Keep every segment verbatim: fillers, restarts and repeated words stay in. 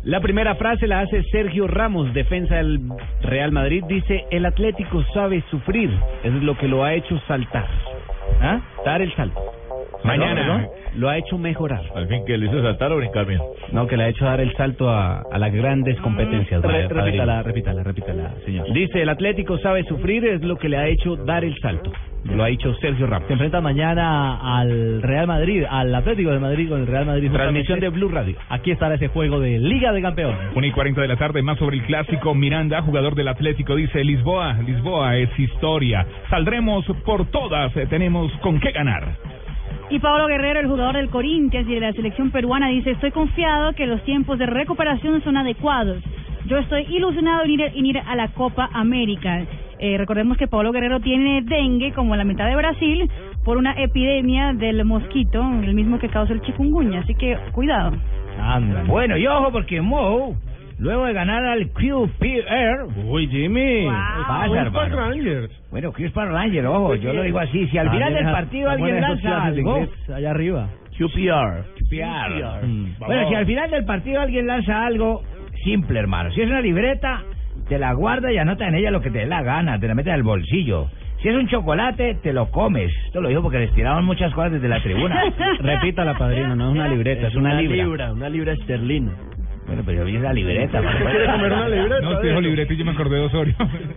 La primera frase la hace Sergio Ramos, defensa del Real Madrid. Dice, el Atlético sabe sufrir, es lo que lo ha hecho saltar. ¿Ah? Dar el salto. Mañana, ¿no? Lo ha hecho mejorar. Al fin, que le hizo saltar o brincar bien. No, que le ha hecho dar el salto a, a las grandes competencias. Re, repítala, repítala, repítala, señor. Dice, el Atlético sabe sufrir, es lo que le ha hecho dar el salto. Lo ha dicho Sergio Ramos. Se enfrenta mañana al Real Madrid, al Atlético de Madrid con el Real Madrid. Transmisión de Blue Radio. Aquí estará ese juego de Liga de Campeones. una y cuarenta de la tarde, más sobre el clásico. Miranda, jugador del Atlético, dice, Lisboa, Lisboa es historia. Saldremos por todas, eh, tenemos con qué ganar. Y Pablo Guerrero, el jugador del Corinthians y de la selección peruana, dice, estoy confiado que los tiempos de recuperación son adecuados. Yo estoy ilusionado en ir, en ir a la Copa América. Eh, recordemos que Pablo Guerrero tiene dengue, como la mitad de Brasil, por una epidemia del mosquito, el mismo que causa el chikungunya, así que cuidado. Anda. Bueno, y ojo, porque Mo, luego de ganar al Q P R... Uy, Jimmy. Wow. ¿Qué pasa, hermano? Rangers. Bueno, Crispa Ranger, ojo, yo lo digo así. Si al final del partido alguien lanza algo... Allá arriba. Q P R. Q P R. Mm. Bueno, si al final del partido alguien lanza algo, simple, hermano. Si es una libreta, te la guarda y anota en ella lo que te dé la gana, te la metes al bolsillo. Si es un chocolate, te lo comes. Esto lo digo porque les tiraban muchas cosas desde la tribuna. Repítala, padrino, no es una libreta, es, es una, una libra. libra. Una libra esterlina. Bueno, pero yo vi esa libreta. ¿Usted quiere comer una libreta? No, te dijo libreta y yo me acordé de Osorio.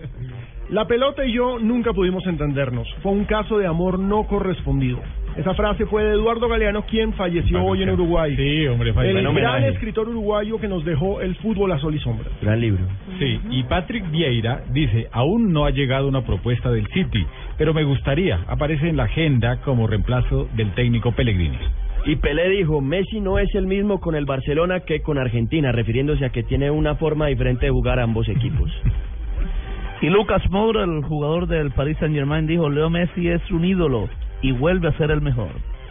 La pelota y yo nunca pudimos entendernos. Fue un caso de amor no correspondido. Esa frase fue de Eduardo Galeano, quien falleció hoy en Uruguay. Sí, hombre, falleció. El Buen gran homenaje. escritor uruguayo que nos dejó el fútbol a sol y sombra. Gran libro. Sí, y Patrick Vieira dice, aún no ha llegado una propuesta del City, pero me gustaría, aparece en la agenda como reemplazo del técnico Pellegrini. Y Pelé dijo, Messi no es el mismo con el Barcelona que con Argentina, refiriéndose a que tiene una forma diferente de jugar a ambos equipos. Y Lucas Moura, el jugador del Paris Saint-Germain, dijo, Leo Messi es un ídolo y vuelve a ser el mejor.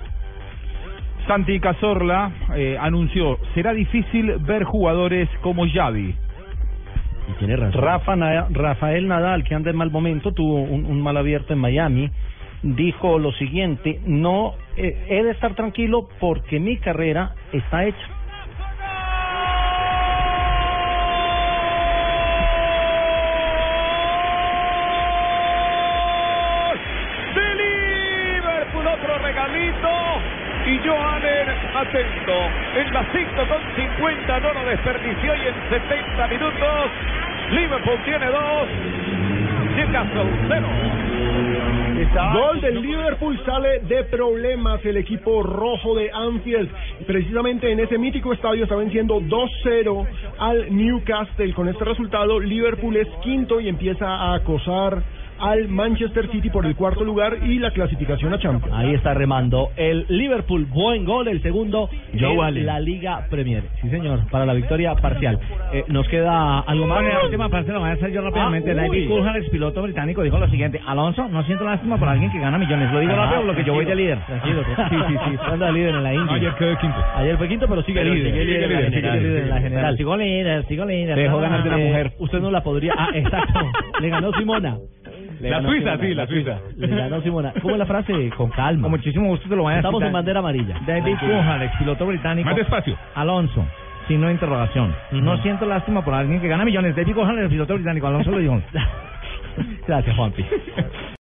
Santi Cazorla eh, anunció, será difícil ver jugadores como Xavi. Y tiene razón. Rafa Na- Rafael Nadal, que anda en mal momento, tuvo un, un mal abierto en Miami, dijo lo siguiente, no, eh, he de estar tranquilo porque mi carrera está hecha. Otro regalito y Joaner atento en las cinco con cincuenta, no lo desperdició y en setenta minutos Liverpool tiene dos, Newcastle cero. Gol del Liverpool, sale de problemas el equipo rojo de Anfield. Precisamente en ese mítico estadio está venciendo dos cero al Newcastle. Con este resultado Liverpool es quinto y empieza a acosar al Manchester City por el cuarto lugar y la clasificación a Champions. Ahí está remando el Liverpool, buen gol, el segundo en la Liga Premier. Sí, señor, para la victoria parcial. Eh, ¿Nos queda algo más? Bueno, la última parte lo voy a hacer yo rápidamente. Ah, David Coulthard, ex piloto británico, dijo lo siguiente: Alonso, no siento lástima por alguien que gana millones. Lo digo Ah, rápido porque yo voy de líder. Tranquilo, sí, sí, sí, anda líder en la India. Ayer quedó quinto. Ayer fue quinto, pero sigue Pero líder. sigue líder en la sigue general. líder en la general. Sigo líder, sigo líder. Dejó ganar de una Eh, mujer. Usted no la podría... Ah, exacto. Le ganó Simona. Le La ganó Suiza, Simona, sí, la Suiza. Le ganó Simona. ¿Cómo es la frase? Con calma. Con muchísimo gusto te lo voy a Estamos citar. en bandera amarilla. David Coulthard, ex piloto británico. Más despacio. Alonso, signo de interrogación. Uh-huh. No siento lástima por alguien que gana millones. David Coulthard, ex piloto británico. Alonso lo dijo. Gracias, Juanpi.